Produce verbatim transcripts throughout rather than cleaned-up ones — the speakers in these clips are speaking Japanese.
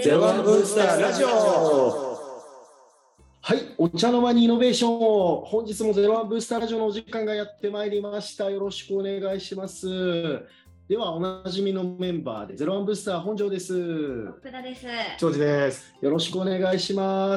ゼロワンブースターラジオ。はい、お茶の間にイノベーション。本日もゼロワンブースターラジオのお時間がやってまいりました。よろしくお願いします。ではおなじみのメンバーでゼロワンブースター本庄です。 福田です。 長司です。 よろしくお願いします。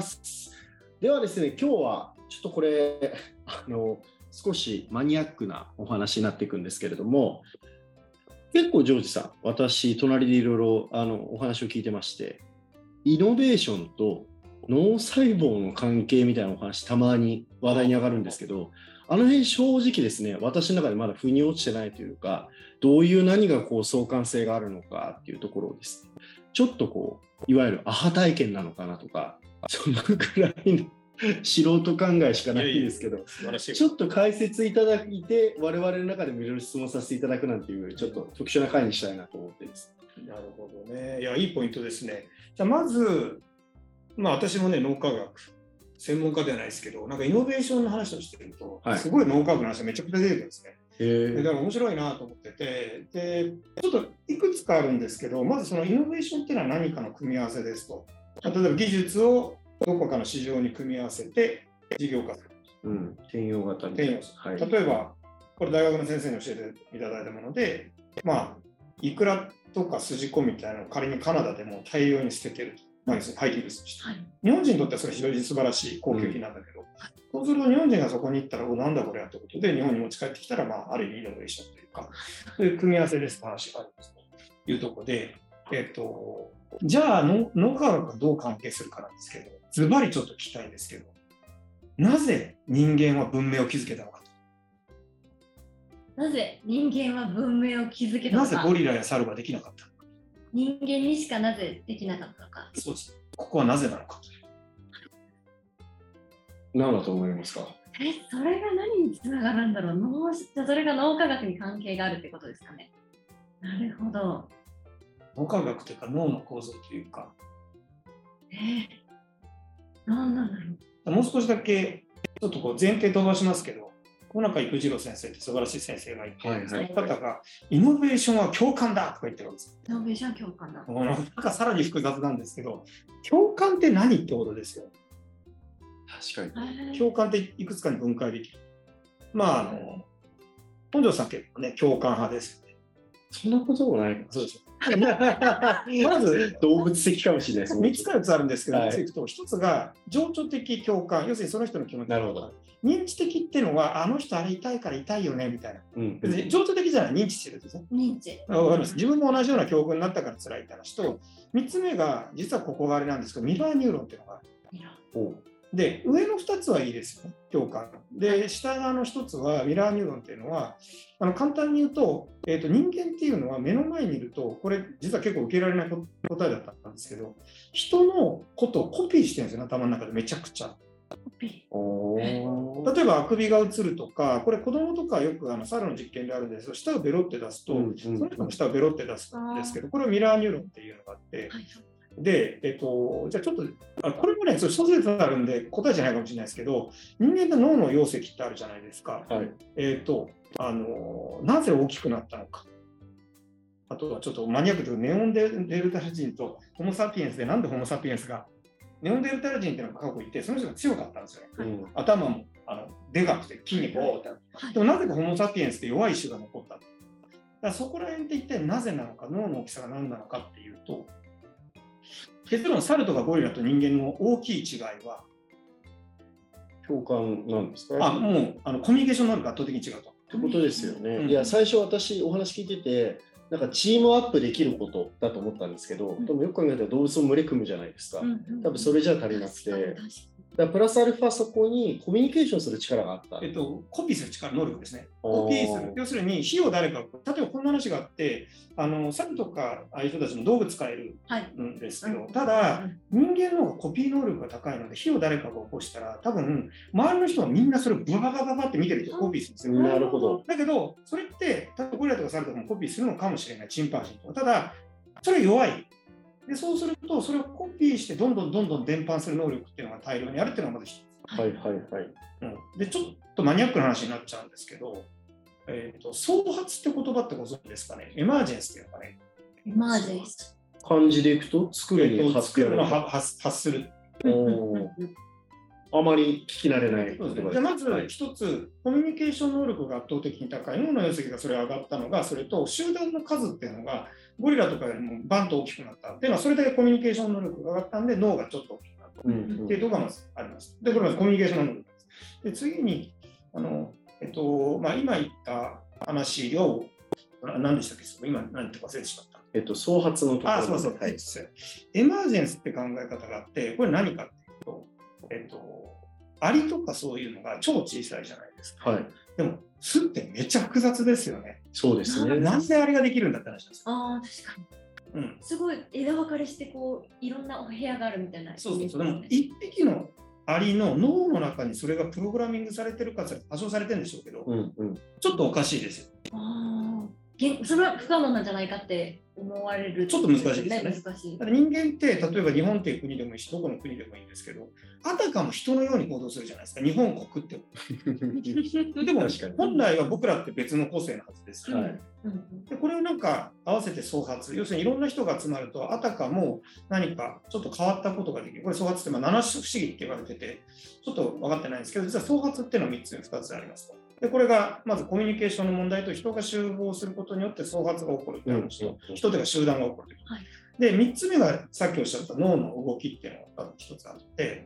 ではですね、今日はちょっとこれあの少しマニアックなお話になっていくんですけれども、結構ジョージさん、私隣でいろいろあのお話を聞いてまして、イノベーションと脳細胞の関係みたいなお話たまに話題に上がるんですけど、あの辺正直ですね、私の中でまだ腑に落ちてないというか、どういう何がこう相関性があるのかっていうところをですね、ちょっとこういわゆるアハ体験なのかなとか、そのくらいの素人考えしかないんですけど、ちょっと解説いただいて、我々の中でもいろいろ質問させていただくなんていう、ちょっと特殊な回にしたいなと思っています。 なるほどね。いや、いいポイントですね。じゃあまず、まあ私もね、脳科学、専門家ではないですけど、なんかイノベーションの話をしてると、はい、すごい脳科学の話がめちゃくちゃ出てくるんですね。 へだから面白いなと思ってて、で、ちょっといくつかあるんですけど、まずそのイノベーションっていうのは何かの組み合わせですと。例えば技術をどこかの市場に組み合わせて事業化する。 うん、転用型みたいな。はい、 例えば、これ大学の先生に教えていただいたもので、まあ、イクラとか筋子みたいなのを仮にカナダでも大量に捨ててると。まあ、廃棄物として、はい。日本人にとってはそれ非常に素晴らしい高級品なんだけど、うん、そうすると日本人がそこに行ったら、お、なんだこれやということで、日本に持ち帰ってきたら、まあ、ある意味イノベーションというか、そういう組み合わせですと話があるんですというところで、えっと、じゃあ脳、脳科学がどう関係するかなんですけど、ズバリちょっと聞きたいんですけど、なぜ人間は文明を築けたのかと。なぜ人間は文明を築けたのか。 なぜゴリラやサルはできなかったのか。 人間にしかなぜできなかったのか。 そうです。ここはなぜなのか。 何だと思いますか。 え、それが何につながるんだろう。脳じゃそれが脳科学に関係があるってことですかね。なるほど。 脳科学というか脳の構造というか。 えー、何なんだろう。 もう少しだけちょっとこう前提飛ばしますけど、小中育次郎先生って素晴らしい先生がいて、はいはい、その方がイノベーションは共感だとか言ってるんです。 イノベーションは共感だ。 なんかさらに複雑なんですけど、共感って何ってことですよ。 確かに。 共感っていくつかに分解できる。まあ、あの、本庄さん結構ね、共感派ですよね。 そんなこともない。 そうです。 まず動物的かもしれないです。 みっつかよっつあるんですけど、はい、いくとひとつが情緒的共感、要するにその人の気持ち。 なるほど。 認知的っていうのは、あの人あれ痛いから痛いよねみたいな。うん、別に情緒的じゃない、認知してるんですね。 認知。 わかります。自分も同じような境遇になったから辛いって話と、みっつめが実はここがあれなんですけど、ミラーニューロンっていうのがある。ミラー。で、上のふたつはいいですよね、共感。で、下側のひとつは、ミラーニューロンっていうのは、あの簡単に言うと、えーと、人間っていうのは目の前にいると、これ、実は結構受けられない答えだったんですけど、人のことをコピーしてるんですよね、頭の中でめちゃくちゃ。 コピー。例えば、あくびが映るとか、これ、子供とかよくあの猿の実験であるんですけど、舌をベロって出すと、うんうん、その人の舌をベロって出すんですけど、これをミラーニューロンっていうのがあって、はい、で、えっと、じゃあちょっと、あこれもね、諸説あるんで答えじゃないかもしれないですけど、人間の脳の容積ってあるじゃないですか。はい、えっと、あの、なぜ大きくなったのか。あとはちょっとマニアックでネオンデルタ人とホモ・サピエンスで、なんでホモ・サピエンスが、ネオンデルタ人っていうのが過去いて、その人が強かったんですよね。はい、頭もあのでかくて筋肉を、はい、でもなぜかホモ・サピエンスって弱い種が残った。だからそこら辺って一体なぜなのか、脳の大きさが何なのかっていうと、結論、猿とかゴリラと人間の大きい違いは共感なんですか。 あもうあのコミュニケーション能力が圧倒的に違うと。 ってことですよね。うん、いや最初私お話聞いててなんかチームアップできることだと思ったんですけど、うん、でもよく考えたら動物も群れ組むじゃないですか。うん、多分それじゃ足りなくて。だからプラスアルファそこにコミュニケーションする力があった。 えっと、コピーする力、能力ですね。コピーする。要するに、火を誰か、例えばこんな話があって、あの猿とかああいう人たちも道具使えるんですけど、はい、ただ、人間の方がコピー能力が高いので、火を誰かが起こしたら、多分、周りの人はみんなそれをバババババって見てるとコピーするんですよ。 なるほど。 だけど、それって、例えばゴリラとか猿とかもコピーするのかもしれない、チンパンジーとか。ただ、それは弱い。でそうすると、それをコピーしてどんどんどんどん伝播する能力っていうのが大量にあるっていうのがまず一つ。 はいはいはい。 うん、でちょっとマニアックな話になっちゃうんですけど、えーと、創発って言葉ってご存知ですかね。エマージェンスっていうのがね。 エマージェンス。 感じでいくと作るに発作るのを発発する。 あまり聞き慣れないそうですね。じゃあまず一つ、コミュニケーション能力が圧倒的に高い脳の容積がそれ上がったのが、それと集団の数っていうのがゴリラとかよりもバンと大きくなったっていうのは、それだけコミュニケーション能力が上がったんで脳がちょっと大きくなったっていうところがまずあります。で、これはコミュニケーション能力です。で、次に、あのえっとまあ、今言った話を、何でしたっけ、今何て忘れてしまった。 えっと、創発のところ。 あ、そうそう、はい。エマージェンスって考え方があって、これ何かっていうと、えっと、アリとかそういうのが超小さいじゃないですか。 はい。 でも、巣ってめっちゃ複雑ですよね。 そうですね。 なんでアリができるんだって話なんですよ。 ああ、確かに。うん、すごい枝分かれして、こう、いろんなお部屋があるみたいな。 そうそうそう。でも、一匹のアリの脳の中にそれがプログラミングされてるか、多少されてるんでしょうけど、うんうん、ちょっとおかしいですよ。 ああ。それは不可能なんじゃないかって思われる、 ちょっと難しいですよね。 難しい。 だから人間って例えば日本っていう国でもいいし、どこの国でもいいんですけど、あたかも人のように行動するじゃないですか。日本国って。でも本来は僕らって別の個性のはずです。はい、でこれをなんか合わせて創発、要するにいろんな人が集まると、あたかも何かちょっと変わったことができる。これ創発ってまあ七不思議って言われてて、ちょっと分かってないんですけど、実は創発っていうのはみっつ、ふたつありますと。でこれがまずコミュニケーションの問題と、人が集合することによって創発が起こるという話と、人というか集団が起こるという、はい、でみっつめがさっきおっしゃった脳の動きっていうのがひとつあって、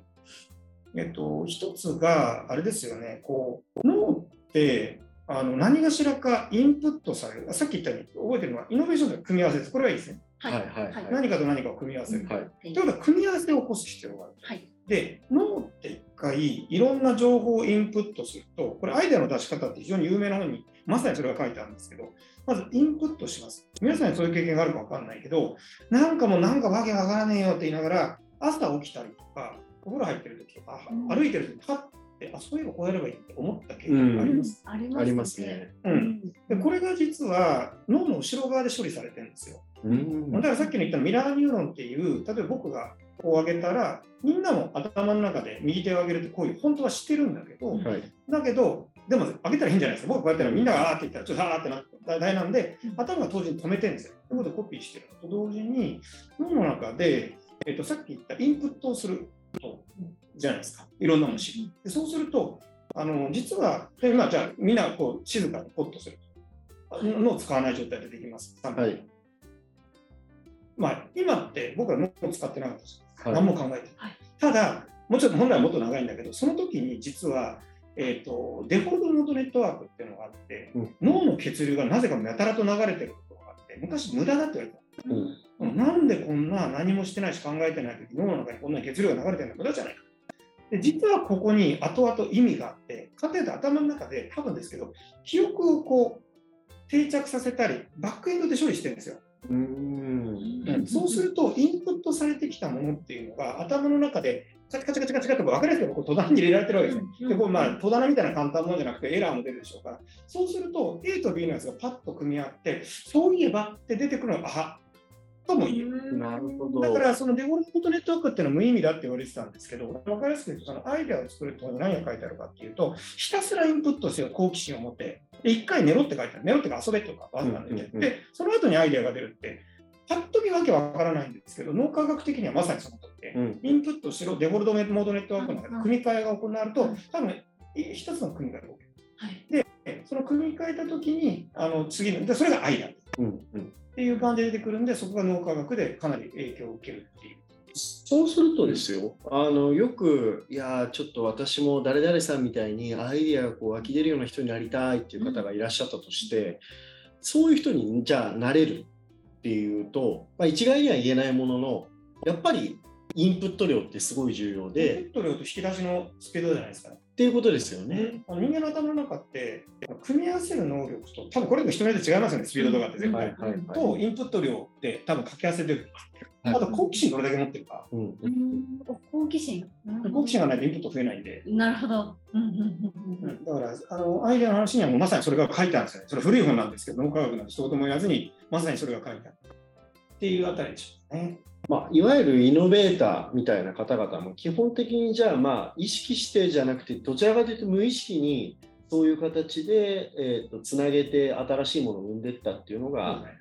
えっと、ひとつがあれですよね、こう脳ってあの何かしらかインプットされる、さっき言ったように覚えてるのはイノベーションの組み合わせです。これはいいですね。はいはいはい、何かと何かを組み合わせる。はい、ということは組み合わせを起こす必要がある。はい、で脳って一回いろんな情報をインプットすると、これアイデアの出し方って非常に有名な本にまさにそれが書いてあるんですけど、まずインプットします。皆さんにそういう経験があるか分かんないけど、なんかもうなんかわけわからねえよって言いながら朝起きたりとかお風呂入ってる時とか、うん、歩いてる時にパッて、あ、そういえばこうやればいいって思った経験があります。 うん、ありますね。 うん、でこれが実は脳の後ろ側で処理されてるんですよ。うん、だからさっきの言ったミラーニューロンっていう、例えば僕がこう上げたら、みんなも頭の中で右手を上げるってこういう本当は知ってるんだけど、はい、だけどでも上げたらいいんじゃないですか。僕こうやったらみんながあーって言ったらちょっとあーってなって大なんで、頭が同時に止めてるんですよ。ということでコピーしてると同時に脳の中で、えー、とさっき言ったインプットをするじゃないですか。いろんなもの知る。でそうするとあの実は今じゃあみんなこう静かにポッとする脳を使わない状態でできます。はい、まあ、今って僕は脳を使ってなかったです。はい、何も考えてない。はい、ただ、もちろん本来はもっと長いんだけど、その時に実は、えーと、デフォルトモードネットワークっていうのがあって、うん、脳の血流がなぜかやたらと流れてることがあって、昔無駄だって言われた。うん、なんでこんな何もしてないし考えてない時、脳の中にこんな血流が流れてるの無駄じゃないか。で実はここに後々意味があって、かというと頭の中で多分ですけど、記憶をこう定着させたり、バックエンドで処理してるんですよ。うーんそうすると、インプットされてきたものっていうのが、頭の中でカチカチカチカチカチと分かりやすくこう戸棚に入れられてるわけですね。でこれまあ戸棚みたいな簡単なものじゃなくて、エラーも出るでしょうから、そうすると、A と B のやつがパッと組み合って、そういえばって出てくるのが、あとも言える。なるほど。だから、そのデフォルトネットワークっていうのは無意味だって言われてたんですけど、分かりやすく言うと、そのアイデアを作るって何が書いてあるかっていうと、ひたすらインプットして好奇心を持って、でいっかい寝ろって書いてある。寝ろってか遊べとか、わざわざ言って、で、その後にアイデアが出るって、パッと見わけわからないんですけど、脳科学的にはまさにその通りで、うん、インプットしろ、デフォルトモードネットワークの中で組み替えが行われると、多分一つの組み替えが起きる。はい、で、その組み替えたときに、あの次の、でそれがアイデア、うんうん、っていう感じで出てくるんで、そこが脳科学でかなり影響を受けるっていう。 そうするとですよ、あのよく、いや、ちょっと私も誰々さんみたいにアイデアがこう湧き出るような人になりたいっていう方がいらっしゃったとして、うん、そういう人にじゃあなれるっていうと、まあ、一概には言えないものの、やっぱりインプット量ってすごい重要で、 インプット量と引き出しのスピードじゃないですかね。 っていうことですよね。 人間の頭の中って組み合わせる能力と、多分これも人によって違いますよね、スピードとかって絶対、はいはいはい、とインプット量で多分掛け合わせてる。あと好奇心どれだけ持ってるか。うんうん、好奇心好奇心がないとインプット増えないんで。 なるほど。うんうんうん、だからあのアイデアの話にはもうまさにそれが書いてあるんですよね。それ古い本なんですけど、脳科学なんて一言も言わずにまさにそれが書いてあるっていうあたりでしょうね。 まあ、いわゆるイノベーターみたいな方々も基本的にじゃあまあ意識してじゃなくて、どちらかというと無意識にそういう形で、えーと、つなげて新しいものを生んでいったっていうのが、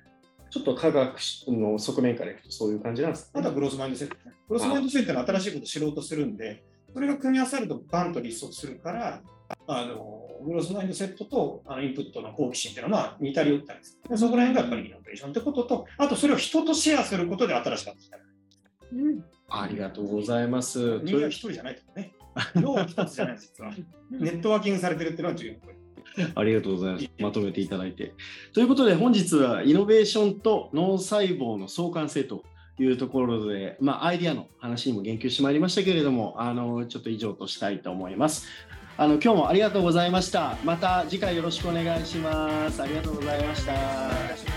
ちょっと科学の側面からいくとそういう感じなんですか、 あとはグロースマインドセットですね。グロースマインドセットの新しいことを知ろうとするんで、それが組み合わさるとバンと立足するから、あのグロースマインドセットとあのインプットの好奇心っていうのはまあ似たり寄ったりです。でそこら辺がやっぱりイノベーションってことと、あとそれを人とシェアすることで新しかった。 うん、 ありがとうございます。 人間は一人じゃないけどね。脳は一つじゃないです、実は。ネットワーキングされてるっていうのは重要。 ありがとうございます。まとめていただいて。ということで、本日はイノベーションと脳細胞の相関性というところで、まあ、アイディアの話にも言及してまいりましたけれども、あのちょっと以上としたいと思います。あの今日もありがとうございました。また次回よろしくお願いします。ありがとうございました。